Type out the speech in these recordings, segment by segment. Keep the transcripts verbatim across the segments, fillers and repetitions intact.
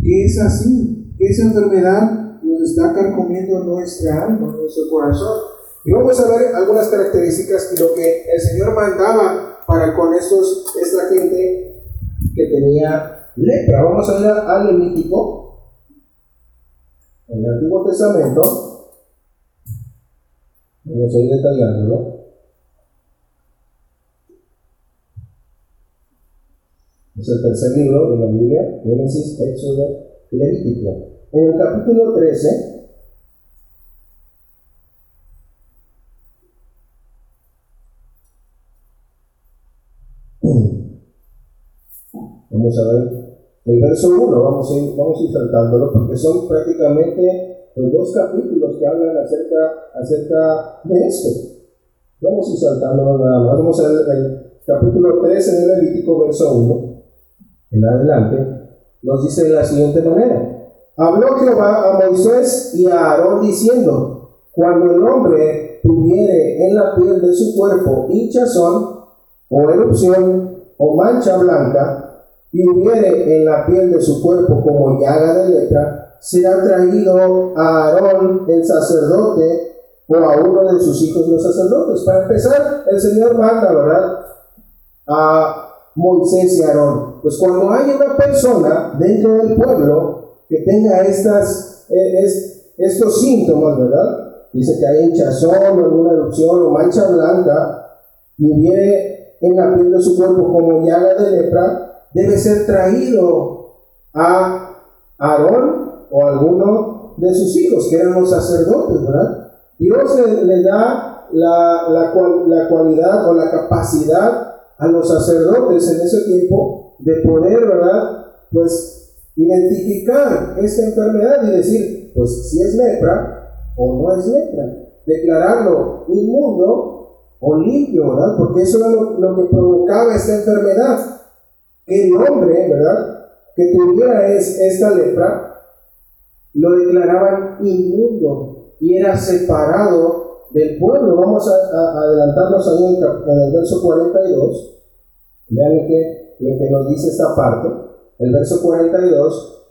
que es así, que esa enfermedad nos está carcomiendo nuestra alma, nuestro corazón. Y vamos a ver algunas características de lo que el Señor mandaba para con estos, esta gente que tenía lepra. Vamos a ir al Levítico, en el Antiguo Testamento. Vamos a ir detallándolo. Es el tercer libro de la Biblia, Génesis, Éxodo, Levítico. En el capítulo trece, vamos a ver el verso uno, vamos a ir, vamos a ir saltándolo porque son prácticamente los dos capítulos que hablan acerca, acerca de esto. Vamos a ir saltándolo nada más. Vamos a ver el capítulo trece de Levítico, verso uno. En adelante, nos dice de la siguiente manera: habló Jehová a Moisés y a Aarón diciendo: cuando el hombre tuviere en la piel de su cuerpo hinchazón, o erupción, o mancha blanca, y hubiere en la piel de su cuerpo como llaga de lepra, será traído a Aarón el sacerdote, o a uno de sus hijos los sacerdotes. Para empezar, el Señor manda, ¿verdad?, a Moisés y Aarón. Pues cuando hay una persona dentro del pueblo que tenga estas, eh, es, estos síntomas, ¿verdad? Dice que hay hinchazón, o alguna erupción, o mancha blanca, y hubiere en la piel de su cuerpo como llaga de lepra, debe ser traído a Aarón o a alguno de sus hijos, que eran los sacerdotes, ¿verdad? Dios le, le da la, la, cual, la cualidad o la capacidad a los sacerdotes en ese tiempo de poder, ¿verdad?, pues identificar esta enfermedad y decir, pues si es lepra o no es lepra, declararlo inmundo o limpio, ¿verdad?, porque eso era lo, lo que provocaba esta enfermedad, que el hombre, ¿verdad?, que tuviera es, esta lepra, lo declaraban inmundo y era separado del pueblo. Vamos a, a adelantarnos ahí en el, en el verso cuarenta y dos. Vean lo que, lo que nos dice esta parte, el verso cuarenta y dos.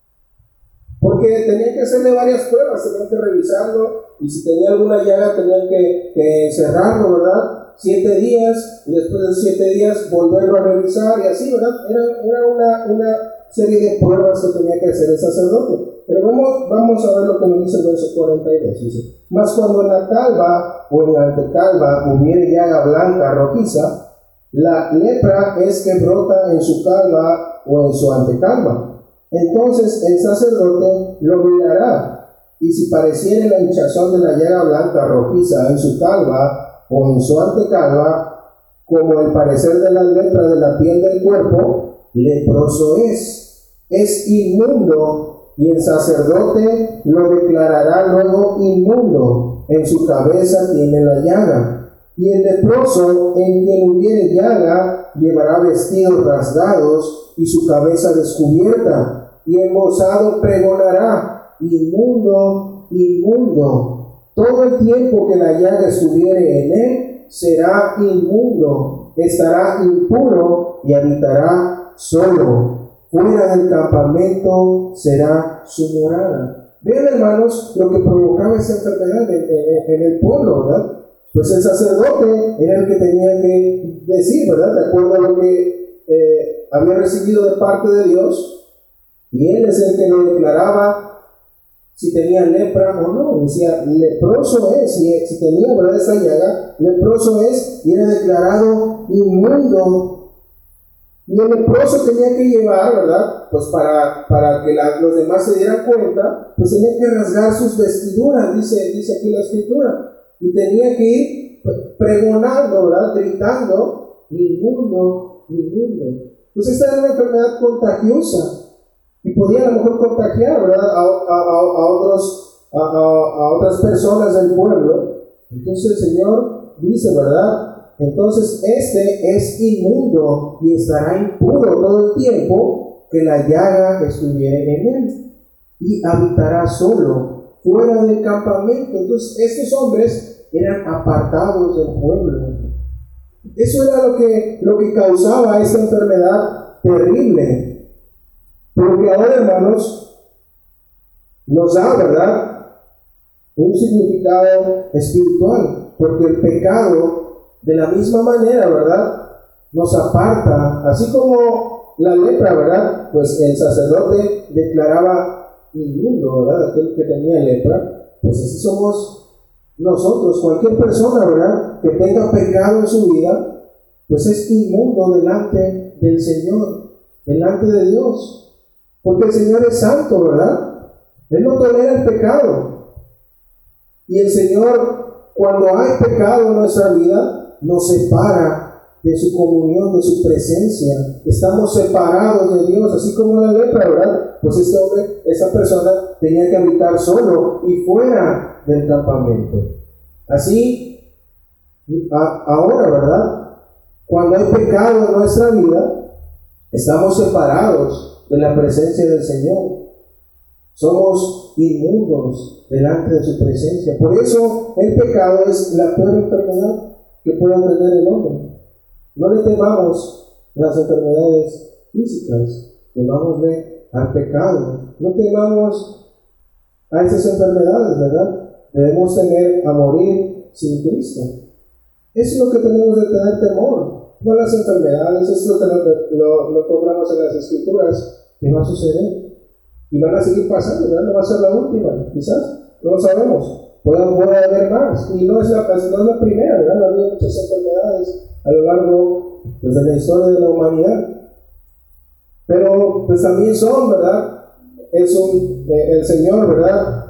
Porque tenían que hacerle varias pruebas, tenían que revisarlo, y si tenía alguna llaga tenían que, que encerrarlo, ¿verdad?, siete días, y después de siete días volverlo a revisar, y así, ¿verdad? Era, era una, una serie de pruebas que tenía que hacer el sacerdote. Pero vamos, vamos a ver lo que nos dice el verso cuarenta y dos. Dice: mas cuando en la calva o en la antecalva hubiere llaga blanca rojiza, la lepra es que brota en su calva o en su antecalva. Entonces el sacerdote lo mirará, y si pareciere la hinchazón de la llaga blanca rojiza en su calva o en su antecalva, como el parecer de la lepra de la piel del cuerpo, leproso es, es inmundo, y el sacerdote lo declarará luego inmundo. En su cabeza tiene la llaga. Y el leproso, en quien hubiere llaga, llevará vestidos rasgados y su cabeza descubierta, y embozado pregonará: inmundo, inmundo. Todo el tiempo que la llaga estuviere en él, será inmundo, estará impuro y habitará solo. Fuera del campamento será su morada. Vean, hermanos, lo que provocaba esa enfermedad en, en, en el pueblo, ¿verdad? Pues el sacerdote era el que tenía que decir, ¿verdad?, de acuerdo a lo que eh, había recibido de parte de Dios, y él es el que lo declaraba si tenía lepra o no. Decía: leproso es, si, si tenía, ¿verdad?, esa llaga, leproso es, y era declarado inmundo. Y el leproso tenía que llevar, ¿verdad?, pues para, para que la, los demás se dieran cuenta, pues tenía que rasgar sus vestiduras, dice, dice aquí la escritura, y tenía que ir pregonando, ¿verdad?, gritando: inmundo, inmundo. Pues esta era una enfermedad contagiosa, y podía a lo mejor contagiar, ¿verdad?, a, a, a, a, otros, a, a, a otras personas del pueblo. Entonces el Señor dice, ¿verdad?, entonces este es inmundo y estará impuro todo el tiempo que la llaga estuviere en él, y habitará solo, fuera del campamento. Entonces estos hombres eran apartados del pueblo. Eso era lo que, lo que causaba esta enfermedad terrible. Porque ahora, hermanos, nos da, ¿verdad?, un significado espiritual, porque el pecado, de la misma manera, ¿verdad?, nos aparta, así como la lepra, ¿verdad?, pues el sacerdote declaraba inmundo, ¿verdad?, aquel que tenía lepra. Pues así somos nosotros, cualquier persona, ¿verdad?, que tenga pecado en su vida, pues es inmundo delante del Señor, delante de Dios, porque el Señor es santo, ¿verdad? Él no tolera el pecado. Y el Señor, cuando hay pecado en nuestra vida, nos separa de su comunión, de su presencia. Estamos separados de Dios, así como la lepra, ¿verdad? Pues este hombre, esa persona tenía que habitar solo y fuera del campamento. Así, a, ahora, ¿verdad?, cuando hay pecado en nuestra vida, estamos separados de la presencia del Señor. Somos inmundos delante de su presencia. Por eso el pecado es la peor enfermedad que puede tener el hombre. No le temamos las enfermedades físicas, temámosle al pecado. No temamos a esas enfermedades, ¿verdad? Debemos temer a morir sin Cristo. Eso es lo que tenemos de tener temor, no las enfermedades. Eso lo, lo, lo cobramos en las Escrituras, que va a suceder. Y van a seguir pasando, ¿verdad? No va a ser la última, quizás, no lo sabemos. Puede, puede haber más. Y no es la, no es la primera, ¿verdad? No ha habido muchas enfermedades a lo largo, pues, de la historia de la humanidad. Pero pues también son, ¿verdad? Es un, eh, el Señor, ¿verdad?,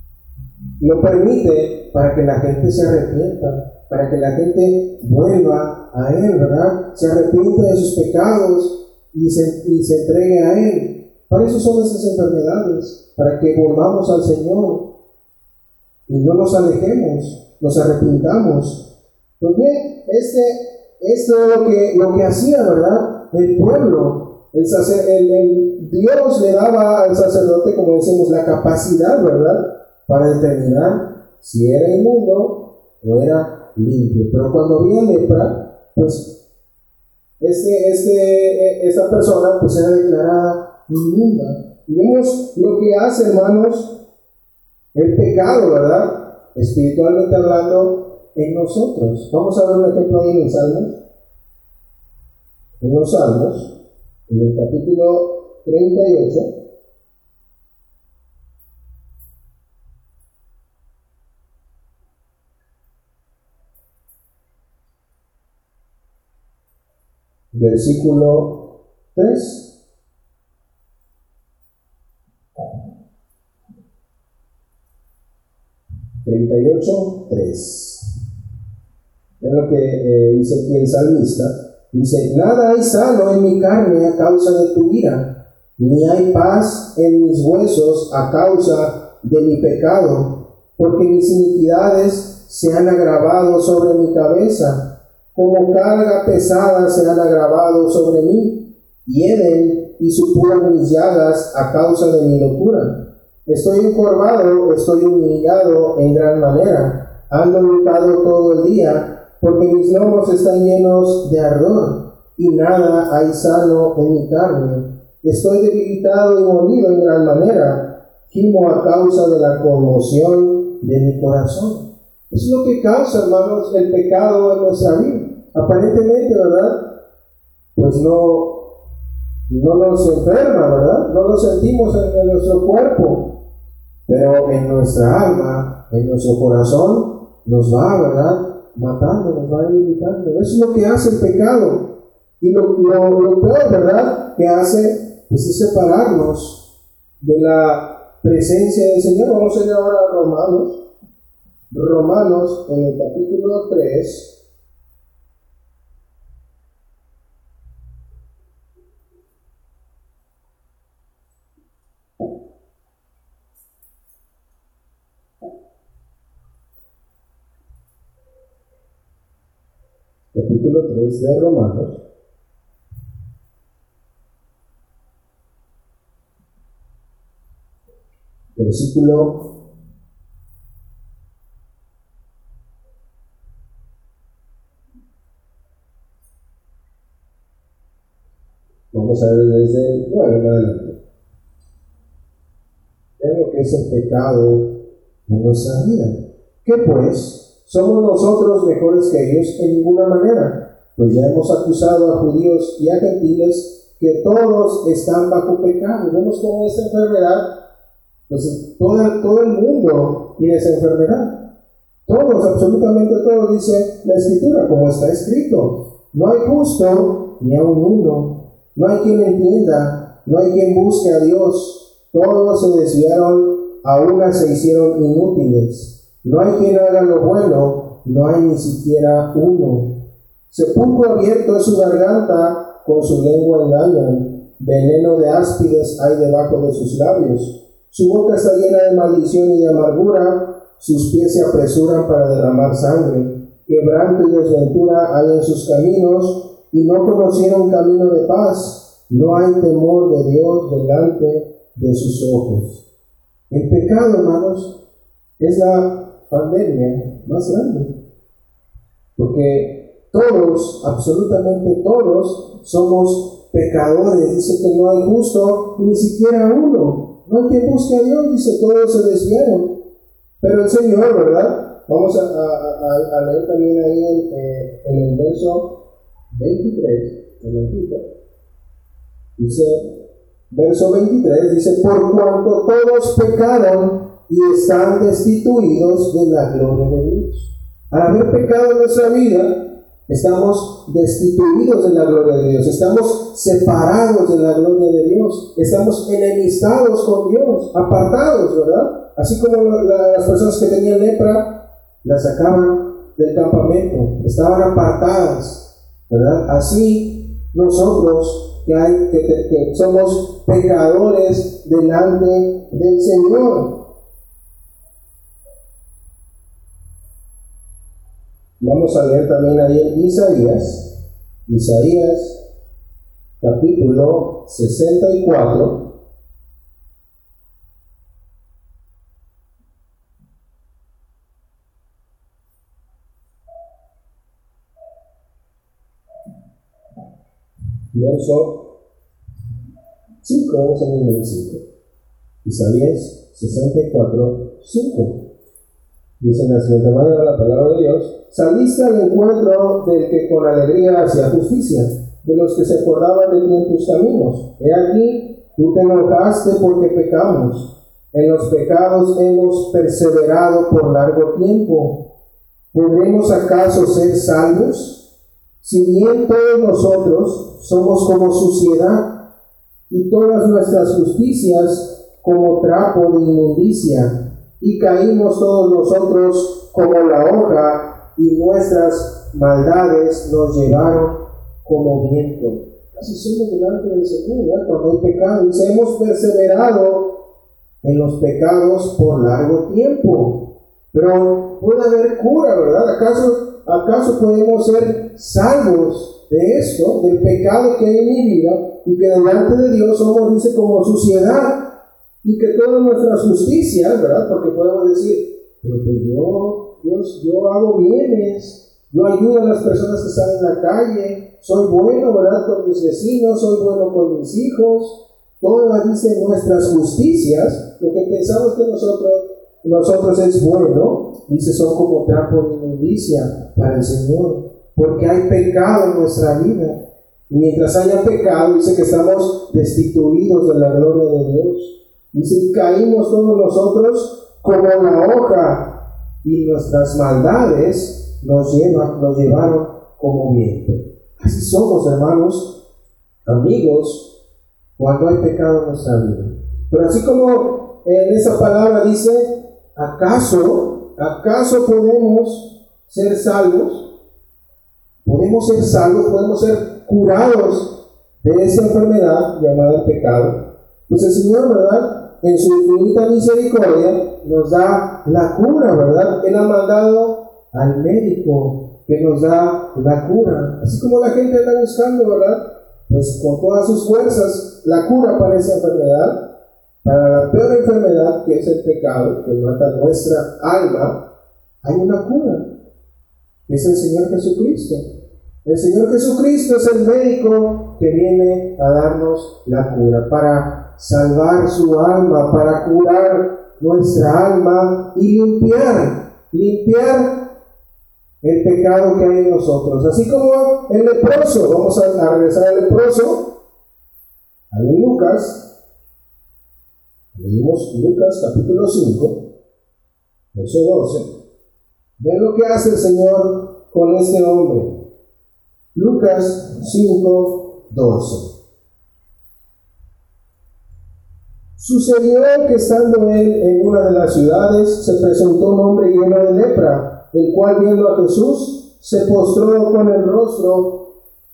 lo permite para que la gente se arrepienta, para que la gente vuelva a Él, ¿verdad? Se arrepiente de sus pecados y se, y se entregue a Él. Para eso son esas enfermedades, para que volvamos al Señor y no nos alejemos, nos arrepintamos. Pues bien, este, esto es lo que, lo que hacía, ¿verdad?, el pueblo. El, sacer, el, el Dios le daba al sacerdote, como decimos, la capacidad, ¿verdad?, para determinar si era inmundo o era limpio. Pero cuando había lepra, pues este, este, esta persona pues era declarada inmunda. Y vemos lo que hace, hermanos, el pecado, ¿verdad?, espiritualmente hablando, en nosotros. Vamos a ver un ejemplo ahí en los Salmos. En los Salmos, en el capítulo treinta y ocho. Versículo tres. treinta y ocho, tres. Es lo que eh, dice aquí el salmista. Dice: nada hay sano en mi carne a causa de tu ira, ni hay paz en mis huesos a causa de mi pecado, porque mis iniquidades se han agravado sobre mi cabeza, como carga pesada se han agravado sobre mí. Hieden y supuran mis llagas a causa de mi locura. Estoy encorvado, estoy humillado en gran manera, ando luchado todo el día, porque mis lomos están llenos de ardor, y nada hay sano en mi carne. Estoy debilitado y molido en gran manera, gimo a causa de la conmoción de mi corazón. Eso es lo que causa, hermanos, el pecado en nuestra vida. Aparentemente, ¿verdad?, pues no, no nos enferma, ¿verdad? No lo sentimos en, en nuestro cuerpo, pero en nuestra alma, en nuestro corazón, nos va, ¿verdad?, matando, nos va debilitando. Eso es lo que hace el pecado. Y lo, lo, lo peor, ¿verdad?, que hace, pues, es separarnos de la presencia del Señor. Vamos a ir ahora a Romanos. Romanos, en el capítulo tres. Capítulo tres de Romanos. Versículo vamos a ver desde el nueve en adelante. de lo que es el pecado en nuestra vida. ¿Qué pues? ¿Somos nosotros mejores que ellos? En ninguna manera, pues ya hemos acusado a judíos y a gentiles que todos están bajo pecado. Vemos cómo esta enfermedad, pues todo, todo el mundo tiene esa enfermedad. Todos, absolutamente todos, dice la Escritura, como está escrito. No hay justo ni aun uno, no hay quien entienda, no hay quien busque a Dios. Todos se desviaron, a una se hicieron inútiles. No hay quien haga lo bueno, no hay ni siquiera uno. Sepulcro abierto es su garganta, con su lengua engañan. Veneno de áspides hay debajo de sus labios. Su boca está llena de maldición y de amargura, sus pies se apresuran para derramar sangre. Quebranto y desventura hay en sus caminos, y no conocieron camino de paz. No hay temor de Dios delante de sus ojos. El pecado, hermanos, es la pandemia más grande, porque todos, absolutamente todos, somos pecadores. Dice que no hay justo ni siquiera uno, no hay quien busque a Dios, dice, todos se desviaron, pero el Señor, ¿verdad? Vamos a, a, a leer también ahí en, eh, en el verso veintitrés, dice, verso veintitrés, dice, por cuanto todos pecaron y están destituidos de la gloria de Dios. Al haber pecado en nuestra vida, estamos destituidos de la gloria de Dios, estamos separados de la gloria de Dios, estamos enemistados con Dios, apartados, ¿verdad? Así como la, la, las personas que tenían lepra, las sacaban del campamento, estaban apartadas, ¿verdad? Así nosotros que, hay, que, que, que somos pecadores delante del Señor. Vamos a leer también ahí en Isaías, Isaías capítulo sesenta y cuatro. Verso cinco, vamos a leer el cinco. Isaías sesenta y cuatro, cinco. Dice de la siguiente manera la palabra de Dios: saliste al encuentro del que con alegría hacía justicia, de los que se acordaban de ti en tus caminos. He aquí, tú te enojaste porque pecamos. En los pecados hemos perseverado por largo tiempo. ¿Podremos acaso ser salvos? Si bien todos nosotros somos como suciedad, y todas nuestras justicias como trapo de inmundicia, y caímos todos nosotros como la hoja, y nuestras maldades nos llevaron como viento. Así somos delante del Señor, ¿eh? Cuando hay pecado, dice, hemos perseverado en los pecados por largo tiempo. Pero puede haber cura, ¿verdad? ¿Acaso, acaso podemos ser salvos de esto, del pecado que hay en mi vida, y que delante de Dios somos, dice, como suciedad? Y que todas nuestras justicias, ¿verdad? Porque podemos decir, pero pues yo, Dios, yo hago bienes, yo ayudo a las personas que están en la calle, soy bueno, ¿verdad? Con mis vecinos, soy bueno con mis hijos. Todas, dice, nuestras justicias, lo que pensamos que nosotros, nosotros es bueno, dice, son como trapo de inmundicia para el Señor, porque hay pecado en nuestra vida. Y mientras haya pecado, dice que estamos destituidos de la gloria de Dios. Dice, caímos todos nosotros como la hoja, y nuestras maldades nos, llevan, nos llevaron como viento. Así somos, hermanos, amigos, cuando hay pecado en nuestra vida. Pero así como en esa palabra dice, ¿acaso, acaso podemos ser salvos? Podemos ser salvos, podemos ser curados de esa enfermedad llamada el pecado. Pues el Señor, ¿verdad?, en su infinita misericordia nos da la cura, ¿verdad? Él ha mandado al médico que nos da la cura. Así como la gente está buscando, ¿verdad?, pues con todas sus fuerzas, la cura para esa enfermedad, para la peor enfermedad que es el pecado, que mata nuestra alma. Hay una cura, que es el Señor Jesucristo. El Señor Jesucristo es el médico que viene a darnos la cura para salvar su alma, para curar nuestra alma y limpiar, limpiar el pecado que hay en nosotros. Así como el leproso, vamos a, a regresar al leproso, ahí en Lucas, leímos Lucas capítulo cinco, verso doce, vean lo que hace el Señor con este hombre. Lucas cinco, doce. Sucedió que estando él en una de las ciudades, se presentó un hombre lleno de lepra, el cual viendo a Jesús, se postró con el rostro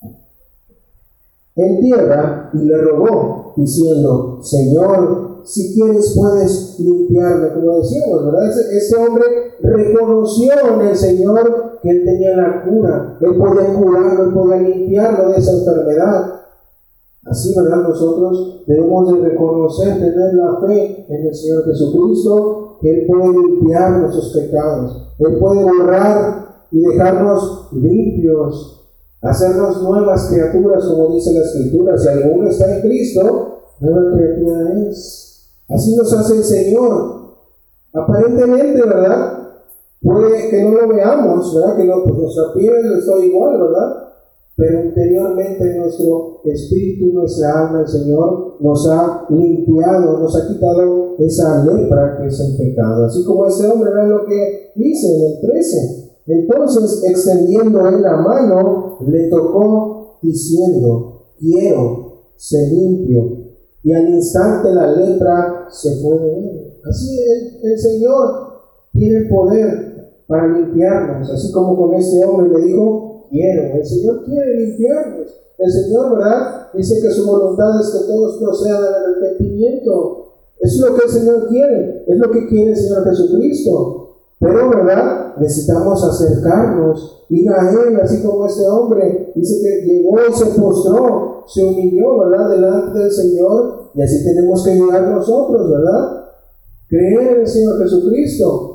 en tierra y le rogó, diciendo: Señor, si quieres puedes limpiarme. Como decíamos, ¿verdad? Este hombre reconoció en el Señor que él tenía la cura, él podía curarlo, él podía limpiarlo de esa enfermedad. Así, ¿verdad? Nosotros debemos de reconocer, tener la fe en el Señor Jesucristo, que Él puede limpiar nuestros pecados, Él puede borrar y dejarnos limpios, hacernos nuevas criaturas, como dice la Escritura. Si alguno está en Cristo, nueva criatura es. Así nos hace el Señor. Aparentemente, ¿verdad? Puede que no lo veamos, ¿verdad? Que no, pues nuestra piel está igual, ¿verdad? Pero interiormente nuestro espíritu y nuestra alma, el Señor nos ha limpiado, nos ha quitado esa lepra que es el pecado. Así como ese hombre, vean lo que dice en el trece. Entonces, extendiendo él la mano, le tocó diciendo: quiero, sé limpio. Y al instante la lepra se fue de él. Así el, el Señor tiene poder para limpiarnos. Así como con este hombre le dijo: quiero, el Señor quiere limpiarnos. El Señor, ¿verdad?, dice que su voluntad es que todos procedan al arrepentimiento. Eso es lo que el Señor quiere, es lo que quiere el Señor Jesucristo. Pero, ¿verdad?, necesitamos acercarnos, ir a Él, así como este hombre dice que llegó y se postró, se humilló, ¿verdad?, delante del Señor, y así tenemos que llegar nosotros, ¿verdad?, creer en el Señor Jesucristo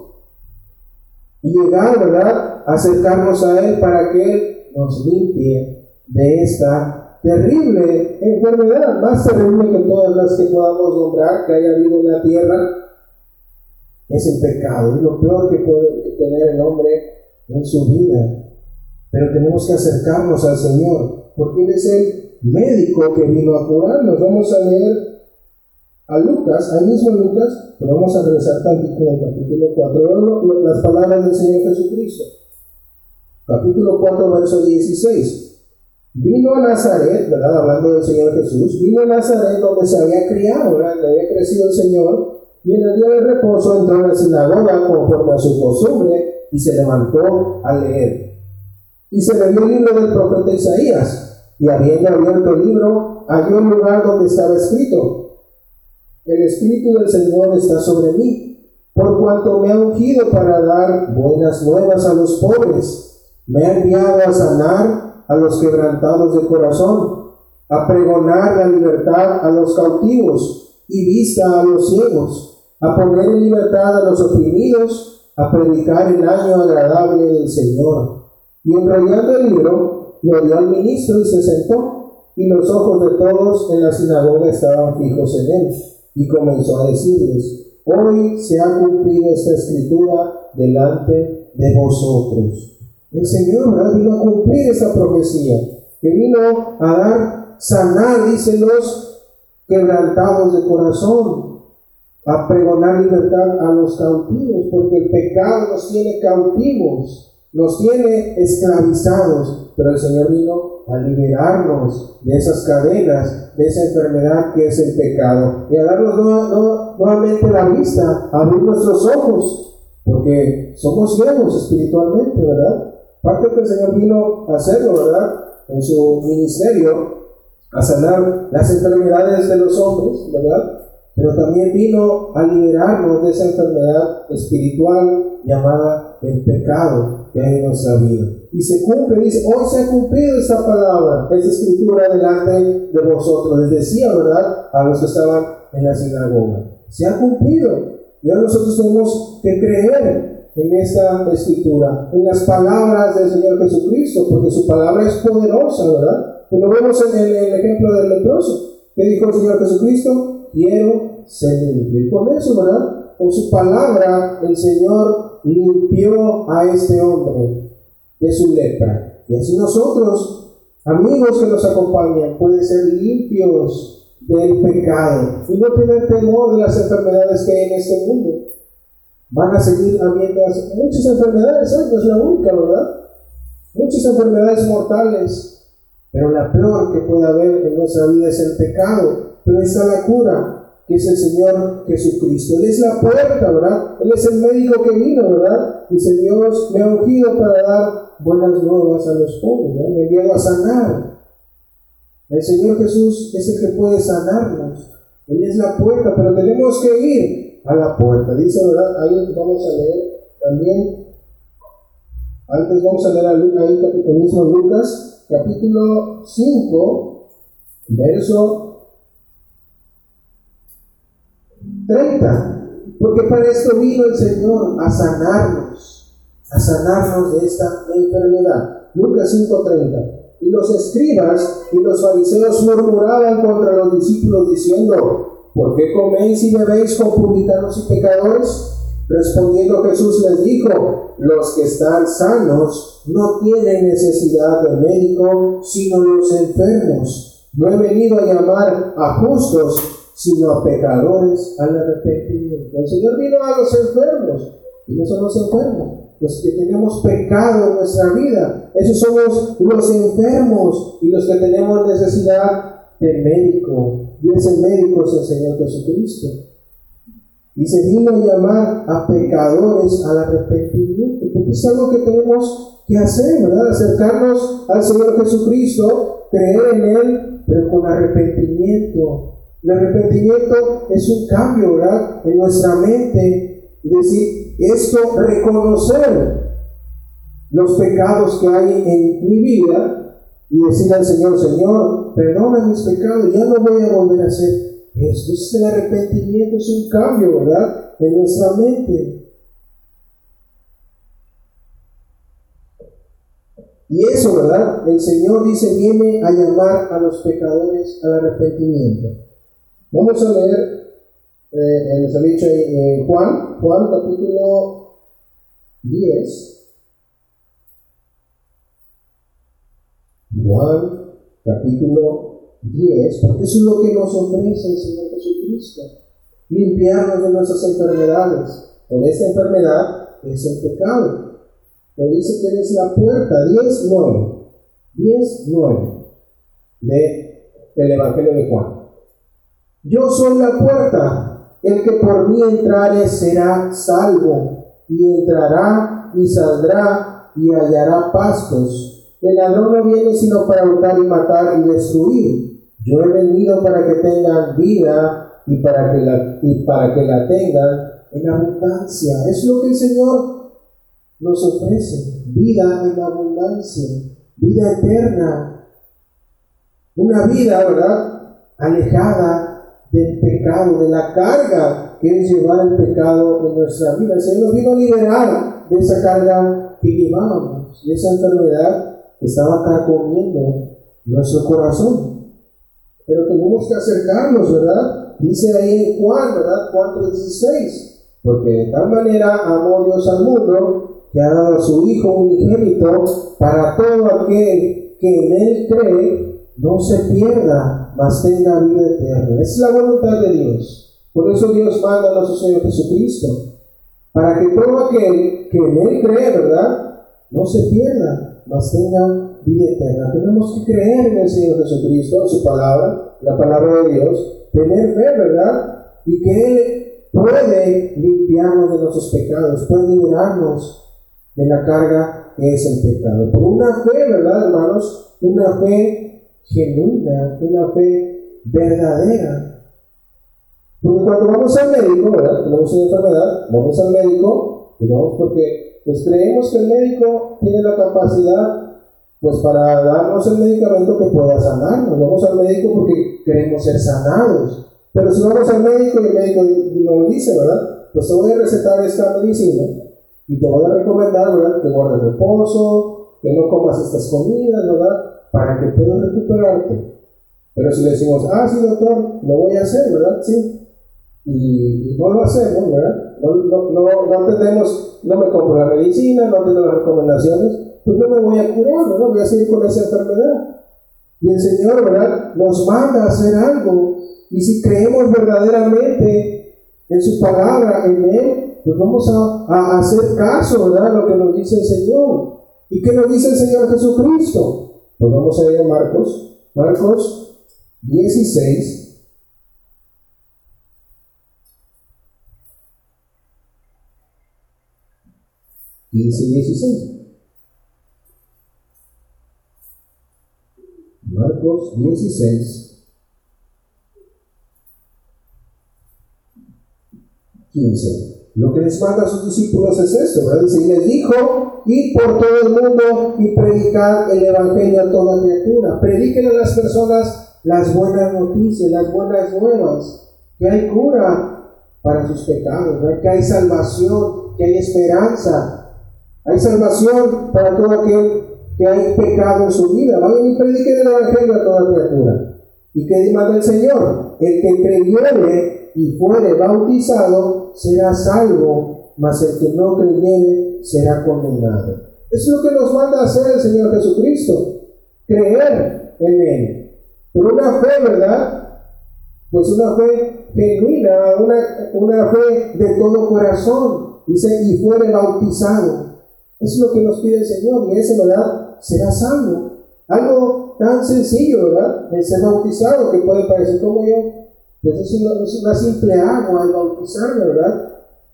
y llegar, ¿verdad?, acercarnos a Él para que Él nos limpie de esta terrible enfermedad, más terrible que todas las que podamos nombrar que haya habido en la tierra. Es el pecado, es lo peor que puede tener el hombre en su vida. Pero tenemos que acercarnos al Señor, porque Él es el médico que vino a curarnos. Vamos a leer a Lucas, ahí mismo en Lucas, pero vamos a regresar tantito en el capítulo cuatro, las palabras del Señor Jesucristo. Capítulo cuatro, verso dieciséis. Vino a Nazaret, ¿verdad?, hablando del Señor Jesús, vino a Nazaret donde se había criado, ¿verdad?, donde había crecido el Señor, y en el día de reposo entró a la sinagoga conforme a su costumbre y se levantó a leer. Y se leyó el libro del profeta Isaías, y habiendo abierto el libro, halló el lugar donde estaba escrito: el Espíritu del Señor está sobre mí, por cuanto me ha ungido para dar buenas nuevas a los pobres. Me ha enviado a sanar a los quebrantados de corazón, a pregonar la libertad a los cautivos y vista a los ciegos, a poner en libertad a los oprimidos, a predicar el año agradable del Señor. Y enrollando el libro, lo dio al ministro y se sentó, y los ojos de todos en la sinagoga estaban fijos en él. Y comenzó a decirles: hoy se ha cumplido esta escritura delante de vosotros. El Señor, ¿verdad?, vino a cumplir esa profecía, que vino a dar, sanar, dicen los quebrantados de corazón, a pregonar libertad a los cautivos, porque el pecado nos tiene cautivos, nos tiene esclavizados, pero el Señor vino a liberarnos de esas cadenas, de esa enfermedad que es el pecado, y a darnos nueva, nueva, nuevamente la vista, a abrir nuestros ojos, porque somos ciegos espiritualmente, ¿verdad? Parte que el Señor vino a hacerlo, ¿verdad?, en su ministerio, a sanar las enfermedades de los hombres, ¿verdad?, pero también vino a liberarnos de esa enfermedad espiritual llamada el pecado que hay en nuestra vida. Y se cumple, dice: hoy se ha cumplido esta palabra, esta escritura delante de vosotros. Les decía, ¿verdad?, a los que estaban en la sinagoga. Se ha cumplido. Y ahora nosotros tenemos que creer en esta escritura, en las palabras del Señor Jesucristo, porque su palabra es poderosa, ¿verdad? Como vemos en el, en el ejemplo del leproso. ¿Qué dijo el Señor Jesucristo? quiero ser limpio. Y con eso, ¿verdad? Con su palabra, el Señor limpió a este hombre de su lepra. Y así nosotros, amigos que nos acompañan, pueden ser limpios del pecado y no tener temor de las enfermedades que hay en este mundo. Van a seguir habiendo muchas enfermedades, ¿eh? No es la única, ¿verdad? Muchas enfermedades mortales, pero la peor que puede haber en nuestra vida es el pecado. Pero está la cura, que es el Señor Jesucristo. Él es la puerta, ¿verdad? Él es el médico que vino, ¿verdad? Dice: Dios me ha ungido para dar buenas nuevas a los pobres, ¿verdad? Me ha enviado a sanar. El Señor Jesús es el que puede sanarnos. Él es la puerta, pero tenemos que ir a la puerta. Dice, ¿verdad? Ahí vamos a leer también. Antes vamos a leer ahí el mismo Lucas, capítulo cinco, verso treinta. Porque para esto vino el Señor, a sanarnos, a sanarnos de esta enfermedad. Lucas cinco treinta. Y los escribas y los fariseos murmuraban contra los discípulos diciendo: ¿por qué coméis y bebéis con publicanos y pecadores? Respondiendo Jesús les dijo: los que están sanos no tienen necesidad de médico, sino los enfermos. No he venido a llamar a justos, sino a pecadores al arrepentimiento. El Señor vino a los enfermos, y no son los enfermos, los que tenemos pecado en nuestra vida. Esos somos los enfermos y los que tenemos necesidad de médico. Y ese médico es el Señor Jesucristo. Y se vino a llamar a pecadores al arrepentimiento, porque es algo que tenemos que hacer, ¿verdad? Acercarnos al Señor Jesucristo, creer en Él, pero con arrepentimiento. El arrepentimiento es un cambio, ¿verdad?, en nuestra mente. Es decir, esto, reconocer los pecados que hay en mi vida y decir al Señor: Señor, perdona mis pecados, ya no voy a volver a hacer esto. Es el arrepentimiento, es un cambio, ¿verdad?, en nuestra mente. Y eso, ¿verdad?, el Señor dice: viene a llamar a los pecadores al arrepentimiento. Vamos a leer, eh, les he dicho en eh, Juan, Juan capítulo diez. Juan capítulo diez, porque eso es lo que nos ofrece el Señor Jesucristo: limpiarnos de nuestras enfermedades. Con esta enfermedad es el pecado. Pero dice que es la puerta. diez nueve diez nueve de, del Evangelio de Juan. Yo soy la puerta, el que por mí entrare será salvo, y entrará y saldrá y hallará pastos. El ladrón no viene sino para hurtar y matar y destruir. Yo he venido para que tengan vida y para que la, y para que la tengan en abundancia. Es lo que el Señor nos ofrece: vida en abundancia, vida eterna, una vida, ¿verdad?, alejada del pecado, de la carga que es llevar el pecado en nuestra vida. El Señor nos vino a liberar de esa carga que llevábamos, de esa enfermedad que estaba carcomiendo nuestro corazón. Pero tenemos que acercarnos, ¿verdad? Dice ahí en Juan, ¿verdad?, cuatro dieciséis: porque de tal manera amó Dios al mundo, que ha dado a su Hijo unigénito, para todo aquel que en Él cree no se pierda, mas tenga vida eterna. Es la voluntad de Dios. Por eso Dios manda a nuestro Señor Jesucristo, para que todo aquel que en Él cree, ¿verdad?, no se pierda, mas tenga vida eterna. Tenemos que creer en el Señor Jesucristo, en su palabra, la palabra de Dios, tener fe, ¿verdad?, y que Él puede limpiarnos de nuestros pecados, puede liberarnos de la carga que es el pecado. Por una fe, ¿verdad, hermanos? Una fe genuina, una fe verdadera. Porque cuando vamos al médico, ¿verdad?, tenemos una enfermedad, vamos al médico, y vamos porque pues creemos que el médico tiene la capacidad pues para darnos el medicamento que pueda sanarnos. Vamos al médico porque queremos ser sanados. Pero si vamos al médico y el médico nos dice, ¿verdad?, pues te voy a recetar esta medicina y te voy a recomendar, ¿verdad?, que guardes reposo, que no comas estas comidas, ¿verdad?, para que puedas recuperarte. Pero si le decimos, ah, sí, doctor, lo voy a hacer, ¿verdad? Sí. Y, y no lo hacemos, ¿verdad? No, no, no, no atendemos, no me compro la medicina, no atiendo las recomendaciones, pues no me voy a curar, ¿verdad? Voy a seguir con esa enfermedad. Y el Señor, ¿verdad?, nos manda a hacer algo. Y si creemos verdaderamente en su palabra, en Él, pues vamos a, a hacer caso, ¿verdad?, a lo que nos dice el Señor. ¿Y qué nos dice el Señor Jesucristo? Pues vamos a ir a Marcos, Marcos dieciséis. quince y dieciséis. Marcos dieciséis, quince. Lo que les manda a sus discípulos es esto, ¿verdad? Dice, y les dijo, id por todo el mundo y predicad el evangelio a toda criatura. Prediquen a las personas las buenas noticias, las buenas nuevas, que hay cura para sus pecados, ¿verdad? Que hay salvación, que hay esperanza. Hay salvación para todo aquel que hay pecado en su vida. Vayan y prediquen el evangelio a toda criatura. ¿Y qué manda el Señor? El que creyere y fuere bautizado será salvo, mas el que no creyere será condenado. Eso es lo que nos manda a hacer el Señor Jesucristo, creer en Él. Pero una fe, ¿verdad? Pues una fe genuina, una, una fe de todo corazón. Dice, y fuere bautizado. Eso es lo que nos pide el Señor, y ese, ¿verdad?, será salvo. Algo tan sencillo, ¿verdad?, el ser bautizado, que puede parecer como yo, pues es una, es una simple agua el bautizarme, ¿verdad?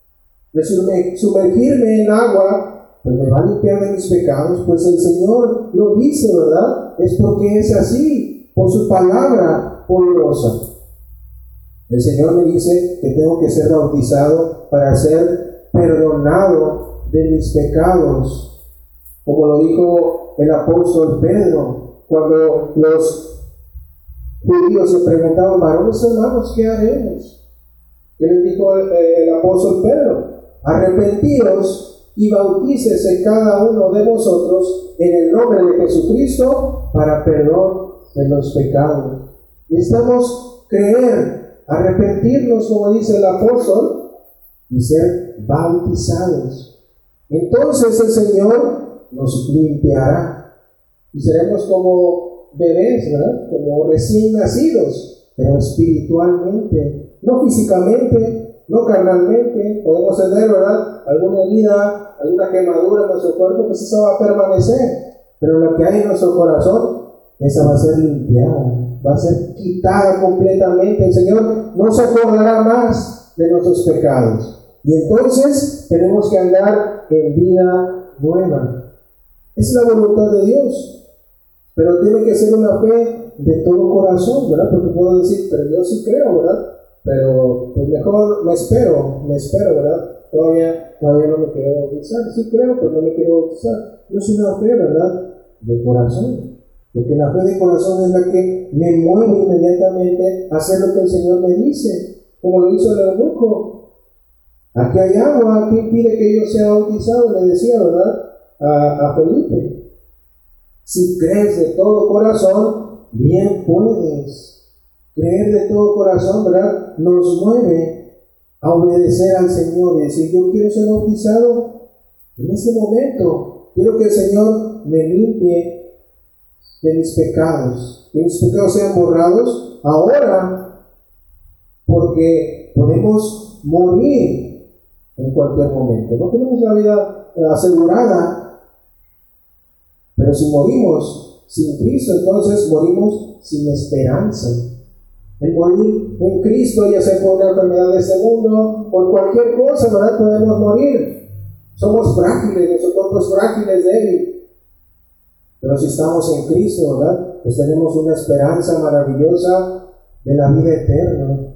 El sumergirme en agua, pues me va a limpiar de mis pecados, pues el Señor lo dice, ¿verdad? Es porque es así, por su palabra poderosa. El Señor me dice que tengo que ser bautizado para ser perdonado de mis pecados, como lo dijo el apóstol Pedro, cuando los judíos se preguntaban, varones hermanos, ¿qué haremos? ¿Qué les dijo el, el apóstol Pedro? Arrepentíos y bautícese cada uno de vosotros en el nombre de Jesucristo para perdón de los pecados. Necesitamos creer, arrepentirnos, como dice el apóstol, y ser bautizados. Entonces el Señor nos limpiará y seremos como bebés, ¿verdad?, como recién nacidos, pero espiritualmente, no físicamente, no carnalmente. Podemos tener, ¿verdad?, alguna herida, alguna quemadura en nuestro cuerpo, pues eso va a permanecer, pero lo que hay en nuestro corazón, esa va a ser limpiada, va a ser quitada completamente. El Señor no se acordará más de nuestros pecados. Y entonces tenemos que andar en vida nueva. Es la voluntad de Dios, pero tiene que ser una fe de todo corazón, ¿verdad? Porque puedo decir, pero yo sí creo, ¿verdad? Pero pues mejor me espero, me espero, ¿verdad? Todavía, todavía no me quiero bautizar. Sí creo, pero no me quiero bautizar. No es una fe, ¿verdad?, de corazón. Porque la fe de corazón es la que me mueve inmediatamente a hacer lo que el Señor me dice, como lo hizo el eunuco. Aquí hay agua, ¿quién pide que yo sea bautizado? Le decía, ¿verdad?, a, a Felipe. Si crees de todo corazón, bien puedes. Creer de todo corazón, ¿verdad?, nos mueve a obedecer al Señor y decir, yo quiero ser bautizado en este momento. Quiero que el Señor me limpie de mis pecados, que mis pecados sean borrados ahora, porque podemos morir en cualquier momento. No tenemos la vida asegurada, pero si morimos sin Cristo, entonces morimos sin esperanza. El morir en Cristo, ya sea por una enfermedad de este mundo, por cualquier cosa, ¿verdad?, podemos morir. Somos frágiles, nuestro cuerpo es frágil, es débil. Pero si estamos en Cristo, ¿verdad?, pues tenemos una esperanza maravillosa de la vida eterna.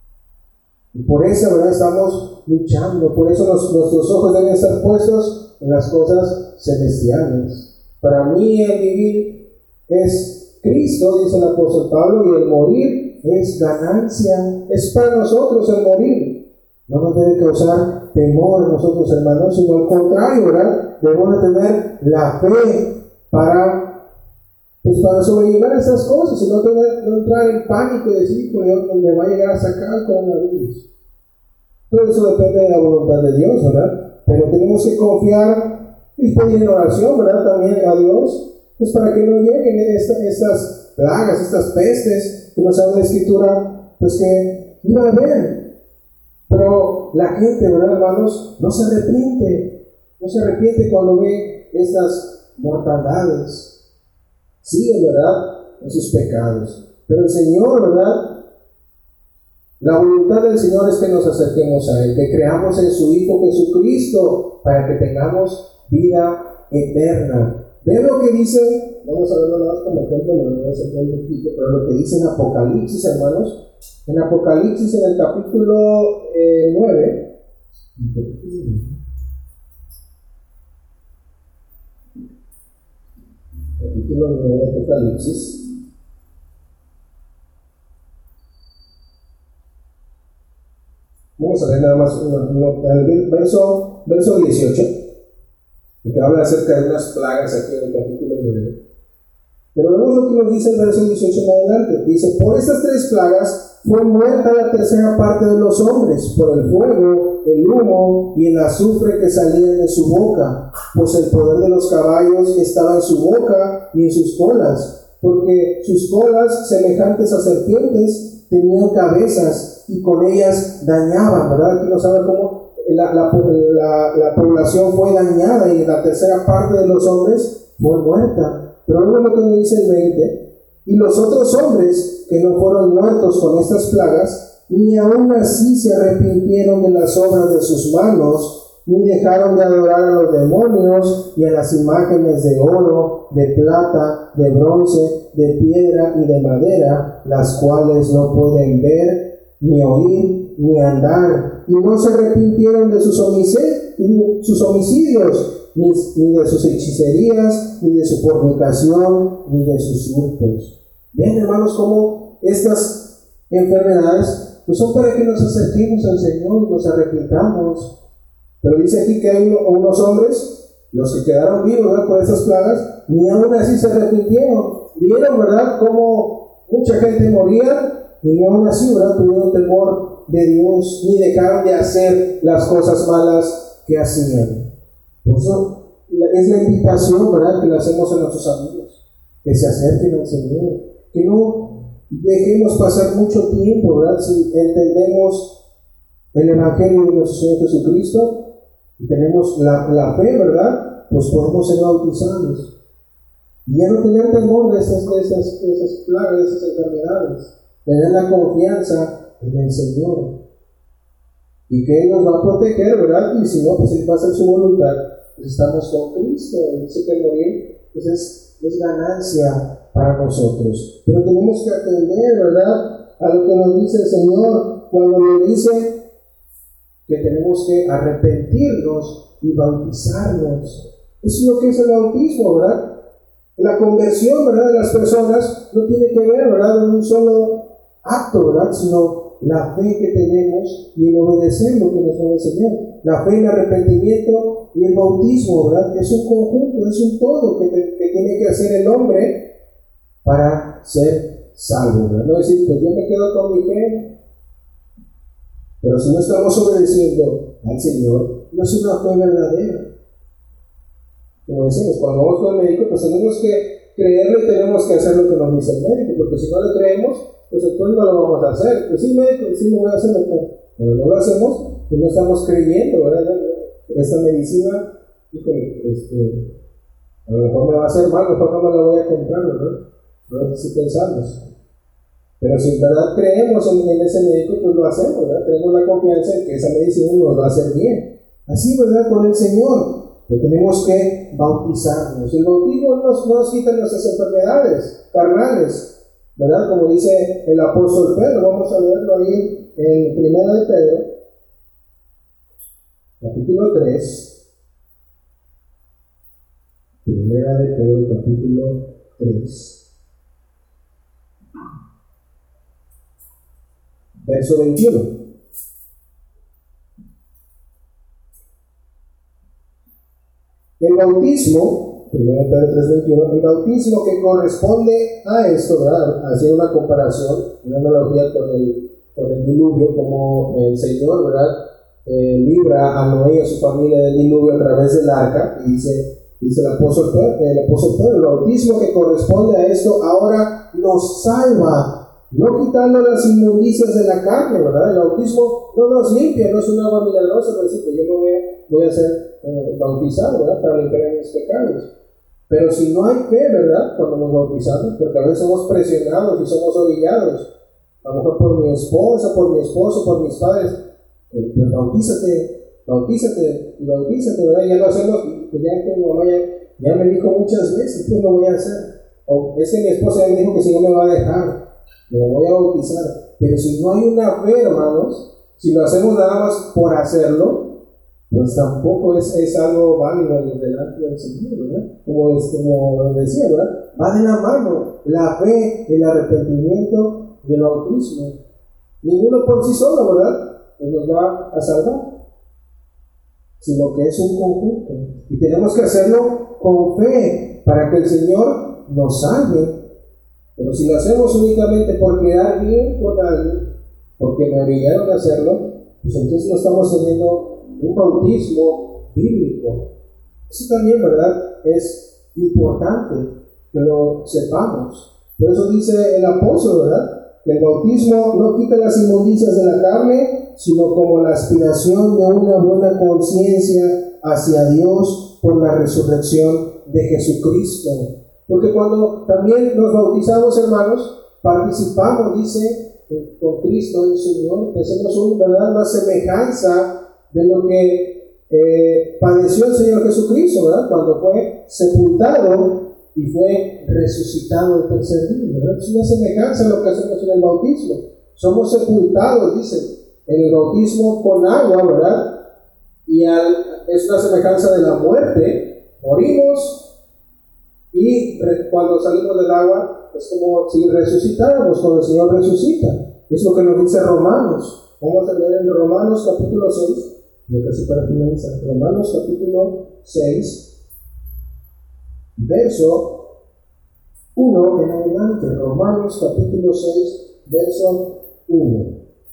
Y por eso, ¿verdad?, estamos luchando. Por eso los, nuestros ojos deben estar puestos en las cosas celestiales. Para mí el vivir es Cristo, dice el apóstol Pablo, y el morir es ganancia. Es para nosotros el morir. No nos debe causar temor a nosotros, hermanos, sino al contrario, ¿verdad? Debemos tener la fe para pues para sobrellevar esas cosas y no, tener, no entrar en pánico y decir, pues me va a llegar a sacar con la luz. Todo eso depende de la voluntad de Dios, ¿verdad? Pero tenemos que confiar y pedir en oración, ¿verdad? También a Dios, pues para que no lleguen esta, estas plagas, estas pestes que nos habla la Escritura, pues que iba a haber. Pero la gente, ¿verdad, hermanos? No se arrepiente, no se arrepiente cuando ve estas mortandades. Siguen, ¿verdad?, en sus pecados. Pero el Señor, ¿verdad?, la voluntad del Señor es que nos acerquemos a Él, que creamos en su Hijo Jesucristo para que tengamos vida eterna. Vean lo que dice, vamos a verlo nada más como ejemplo, no voy a hacer un poquito, pero lo que dice en Apocalipsis, hermanos, en Apocalipsis en el capítulo eh, nueve, capítulo nueve de Apocalipsis. Vamos a ver nada más el verso, verso dieciocho, que habla acerca de unas plagas aquí en el capítulo nueve. Pero vemos lo que nos dice el verso dieciocho en adelante. Dice: por estas tres plagas fue muerta la tercera parte de los hombres, por el fuego, el humo y el azufre que salían de su boca, pues el poder de los caballos estaba en su boca y en sus colas, porque sus colas, semejantes a serpientes, tenían cabezas y con ellas dañaban, ¿verdad? Aquí nos habla cómo la, la, la, la población fue dañada y la tercera parte de los hombres fue muerta. Pero luego lo que nos dice el veinte: y los otros hombres que no fueron muertos con estas plagas, ni aun así se arrepintieron de las obras de sus manos, ni dejaron de adorar a los demonios y a las imágenes de oro, de plata, de bronce, de piedra y de madera, las cuales no pueden ver, ni oír, ni andar, y no se arrepintieron de sus, homicidios, sus homicidios, ni, ni de sus hechicerías, ni de su fornicación, ni de sus hurtos. Ven, hermanos, cómo estas enfermedades pues son para que nos acerquemos al Señor y nos arrepintamos. Pero dice aquí que hay unos hombres, los que quedaron vivos, ¿verdad?, por esas plagas, ni aún así se arrepintieron. Vieron, ¿verdad?, cómo mucha gente moría, y ni aún así, ¿verdad?, tuvieron temor de Dios, ni dejaron de hacer las cosas malas que hacían. Por eso es la invitación, ¿verdad?, que le hacemos a nuestros amigos, que se acerquen al Señor, que no dejemos pasar mucho tiempo, ¿verdad? Si entendemos el Evangelio de nuestro Señor Jesucristo y tenemos la, la fe, ¿verdad?, pues podemos ser bautizados y ya no tener temor de esas, de esas, de esas plagas, de esas enfermedades, tener la confianza en el Señor y que Él nos va a proteger, ¿verdad? Y si no, pues Él va a hacer su voluntad. Pues estamos con Cristo. Dice que el morir pues es, es ganancia para nosotros. Pero tenemos que atender, ¿verdad?, a lo que nos dice el Señor cuando le dice que tenemos que arrepentirnos y bautizarnos. Eso es lo que es el bautismo, ¿verdad? La conversión, ¿verdad?, de las personas no tiene que ver, ¿verdad?, en un solo acto, ¿verdad?, sino la fe que tenemos y el obedecer lo que nos va a enseñar. La fe, el arrepentimiento y el bautismo, ¿verdad?, que es un conjunto, es un todo que, te, que tiene que hacer el hombre para ser salvo, ¿verdad? No decir, pues yo me quedo con mi fe, pero si no estamos obedeciendo al Señor, no es una fe verdadera. Como decimos, cuando vamos con el médico, pues tenemos que creerle y tenemos que hacer lo que nos dice el médico, porque si no le creemos, pues entonces no lo vamos a hacer. Pues sí, médico, sí lo voy a hacer, pero no lo hacemos, pues no estamos creyendo, ¿verdad? Esta medicina, híjole, este, a lo mejor me va a hacer mal, mejor no me la voy a comprar, ¿verdad? No sé si pensamos. Pero si en verdad creemos en, en ese médico, pues lo hacemos, ¿verdad? Tenemos la confianza en que esa medicina nos va a hacer bien. Así, ¿verdad?, con el Señor. Que tenemos que bautizarnos. El bautismo no nos, nos quita nuestras enfermedades carnales, ¿verdad? Como dice el apóstol Pedro, vamos a leerlo ahí en Primera de Pedro, capítulo tres. Primera de Pedro, capítulo tres, verso veintiuno. El bautismo primero Pedro tres veintiuno, el bautismo que corresponde a esto, ¿verdad? Haciendo una comparación, una analogía con el, con el diluvio, como el Señor, ¿verdad? Eh, libra a Noé y a su familia del diluvio a través del arca, y dice, dice el apóstol Pedro, el apóstol Pedro, el bautismo que corresponde a esto ahora nos salva, no quitando las inmundicias de la carne, ¿verdad? El bautismo no nos limpia, no es un agua milagrosa, por decir, pues yo me voy a, voy a ser eh, bautizado, ¿verdad? Para limpiar mis pecados. Pero si no hay fe, ¿verdad? Cuando nos bautizamos, porque a veces somos presionados y somos orillados, a lo mejor por mi esposa, por mi esposo, por mis padres, eh, pues bautízate, bautízate, y bautízate, ¿verdad? Ya lo hacemos, pues ya que mi mamá ya, ya me dijo muchas veces, pues lo voy a hacer. O es que mi esposa ya me dijo que si no me va a dejar, me voy a bautizar. Pero si no hay una fe, hermanos, si lo hacemos nada más por hacerlo, pues tampoco es, es algo válido delante del Señor, ¿verdad? Como, es, como decía, ¿verdad? Va de la mano la fe, el arrepentimiento y el bautismo. Ninguno por sí solo, ¿verdad? Pues nos va a salvar, sino que es un conjunto. Y tenemos que hacerlo con fe para que el Señor nos salve. Pero si lo hacemos únicamente por quedar bien con alguien, porque me obligaron a hacerlo, pues entonces no estamos teniendo un bautismo bíblico. Eso también, ¿verdad? Es importante que lo sepamos. Por eso dice el apóstol, ¿verdad? Que el bautismo no quita las inmundicias de la carne, sino como la aspiración de una buena conciencia hacia Dios por la resurrección de Jesucristo. Porque cuando también nos bautizamos, hermanos, participamos, dice, con Cristo en su muerte. Hacemos un, ¿verdad? Una semejanza de lo que eh, padeció el Señor Jesucristo, ¿verdad? Cuando fue sepultado y fue resucitado el tercer día, ¿verdad? Es una semejanza de lo que hacemos en el bautismo. Somos sepultados, dice, en el bautismo con agua, ¿verdad? Y al, es una semejanza de la muerte. Morimos. Y cuando salimos del agua, es como si resucitáramos, cuando el Señor resucita. Es lo que nos dice Romanos. Vamos a leer en Romanos capítulo seis, ya casi para finalizar. Romanos capítulo seis, verso uno en adelante. Romanos capítulo seis, verso uno.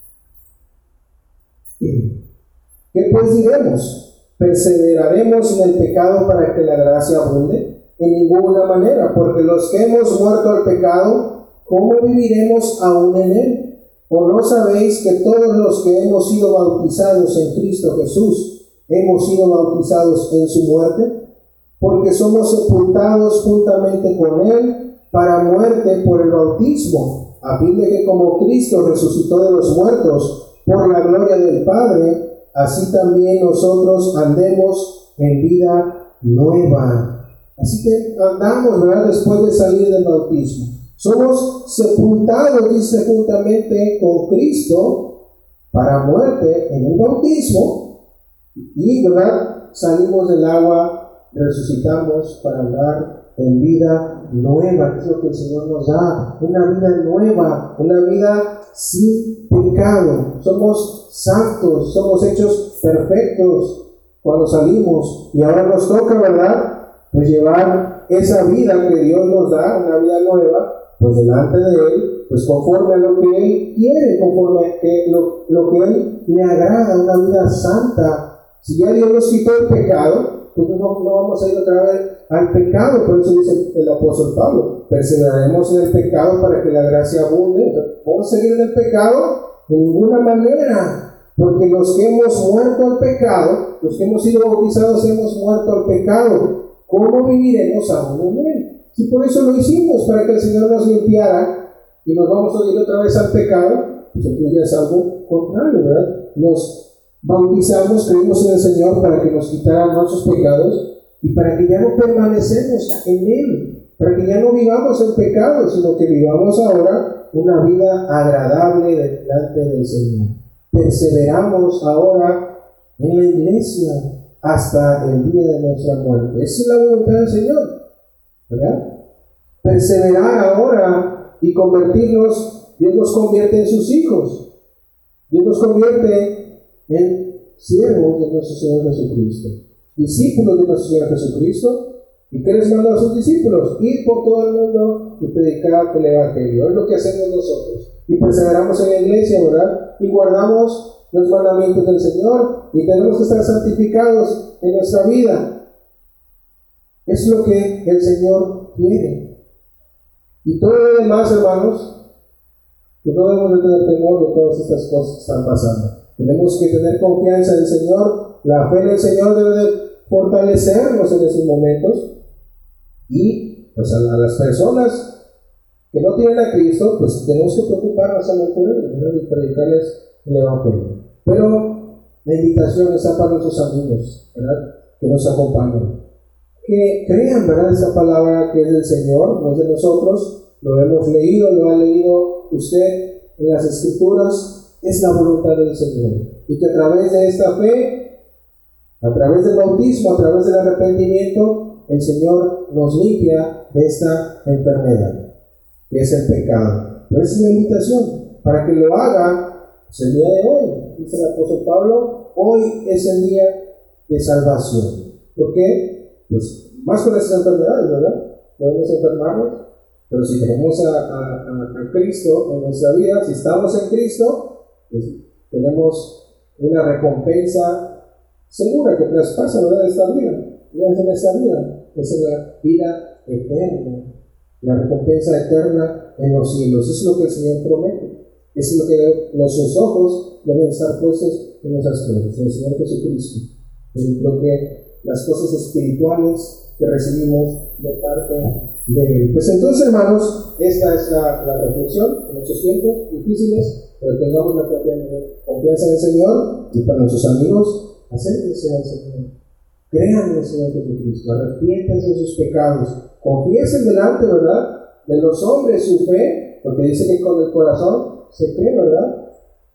¿Qué pues diremos? ¿Perseveraremos en el pecado para que la gracia abunde? En ninguna manera, porque los que hemos muerto al pecado, ¿cómo viviremos aún en él? ¿O no sabéis que todos los que hemos sido bautizados en Cristo Jesús, hemos sido bautizados en su muerte? Porque somos sepultados juntamente con él para muerte por el bautismo, a fin de que como Cristo resucitó de los muertos por la gloria del Padre, así también nosotros andemos en vida nueva. Así que andamos, ¿verdad? Después de salir del bautismo. Somos sepultados, dice, juntamente con Cristo para muerte en el bautismo. Y, ¿verdad? Salimos del agua, resucitamos para andar en vida nueva. Es lo que el Señor nos da. Una vida nueva, una vida sin pecado. Somos santos, somos hechos perfectos cuando salimos. Y ahora nos toca, ¿verdad? Pues llevar esa vida que Dios nos da, una vida nueva, pues delante de Él, pues conforme a lo que Él quiere, conforme a que lo, lo que Él le agrada, una vida santa. Si ya Dios nos quitó el pecado, pues no, no vamos a ir otra vez al pecado. Por eso dice el apóstol Pablo, perseveraremos en el pecado para que la gracia abunde. ¿Vamos a seguir en el pecado? De ninguna manera, porque los que hemos muerto al pecado, los que hemos sido bautizados hemos muerto al pecado. ¿Cómo viviremos aún en él? Si por eso lo hicimos, para que el Señor nos limpiara y nos vamos a ir otra vez al pecado, pues entonces ya es algo contrario, ¿verdad? Nos bautizamos, creímos en el Señor para que nos quitara nuestros pecados y para que ya no permanecemos en él, para que ya no vivamos en pecado, sino que vivamos ahora una vida agradable delante del Señor. Perseveramos ahora en la iglesia hasta el día de nuestra muerte. Esa es la voluntad del Señor, ¿verdad? Perseverar ahora y convertirnos. Dios nos convierte en sus hijos. Dios nos convierte en siervos de nuestro Señor Jesucristo, discípulos de nuestro Señor Jesucristo, ¿Y qué les mandó a sus discípulos? Ir por todo el mundo y predicar el Evangelio. Es lo que hacemos nosotros. Y perseveramos en la iglesia, ¿verdad? Y guardamos los mandamientos del Señor. Y tenemos que estar santificados en nuestra vida. Es lo que el Señor quiere. Y todo lo demás, hermanos, pues no debemos de tener temor de todas estas cosas que están pasando. Tenemos que tener confianza en el Señor. La fe en el Señor debe de fortalecernos en esos momentos. Y pues a, a las personas que no tienen a Cristo, pues tenemos que preocuparnos también por ellos, ¿no? Y predicarles el Evangelio. Pero la invitación está para nuestros amigos, ¿verdad? Que nos acompañen. Que crean, ¿verdad? Esta palabra que es del Señor, no es de nosotros. Lo hemos leído, lo ha leído usted en las Escrituras. Es la voluntad del Señor. Y que a través de esta fe, a través del bautismo, a través del arrepentimiento, el Señor nos limpia de esta enfermedad, que es el pecado. Pero esa es la invitación, para que lo haga pues, el día de hoy. Dice el apóstol Pablo, hoy es el día de salvación. ¿Por qué? Pues más con esas enfermedades, ¿verdad? Podemos enfermarnos, pero si tenemos a, a, a, a Cristo en nuestra vida, si estamos en Cristo, pues tenemos una recompensa segura que traspasa, ¿verdad?, de esta vida. No es en esta vida, es en la vida eterna, la recompensa eterna en los cielos. Eso es lo que el Señor promete. Eso es lo que nuestros ojos deben estar puestos en esas cosas, en el Señor Jesucristo. En lo que las cosas espirituales que recibimos de parte de Él. Pues entonces, hermanos, esta es la, la reflexión en estos tiempos difíciles, pero tengamos la confianza en el Señor. Y para nuestros amigos, acérquense al Señor. Crean en el Señor Jesucristo, arrepiéntanse de sus pecados, confiesen delante, ¿verdad?, de los hombres su fe, porque dice que con el corazón se cree, ¿verdad?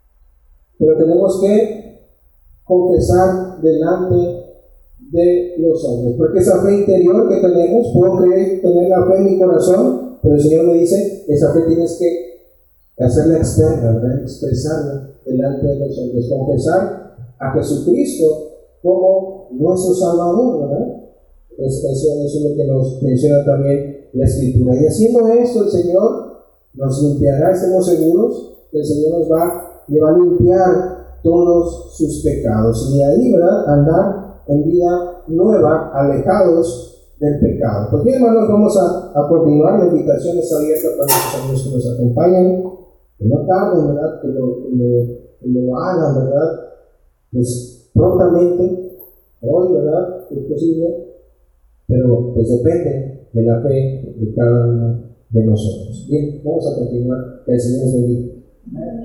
Pero tenemos que confesar delante de los hombres, porque esa fe interior que tenemos, puedo creer, tener la fe en mi corazón, pero el Señor me dice, esa fe tienes que hacerla externa, ¿verdad?, expresarla delante de los hombres, confesar a Jesucristo como nuestro Salvador, ¿verdad? Eso, eso es lo que nos menciona también la Escritura. Y haciendo esto, el Señor nos limpiará, estemos seguros, que el Señor nos va, le va a limpiar todos sus pecados. Y de ahí, ¿verdad?, andar en vida nueva, alejados del pecado. Pues bien, hermanos, vamos a, a continuar. La invitación está abierta para los amigos que nos acompañan. Que no tarden, ¿verdad?, que lo, que lo, que lo hagan, ¿verdad?, pues prontamente, hoy, ¿verdad?, es posible, pero pues depende de la fe de cada uno de nosotros. Bien, vamos a continuar. Que el Señor nos bendiga.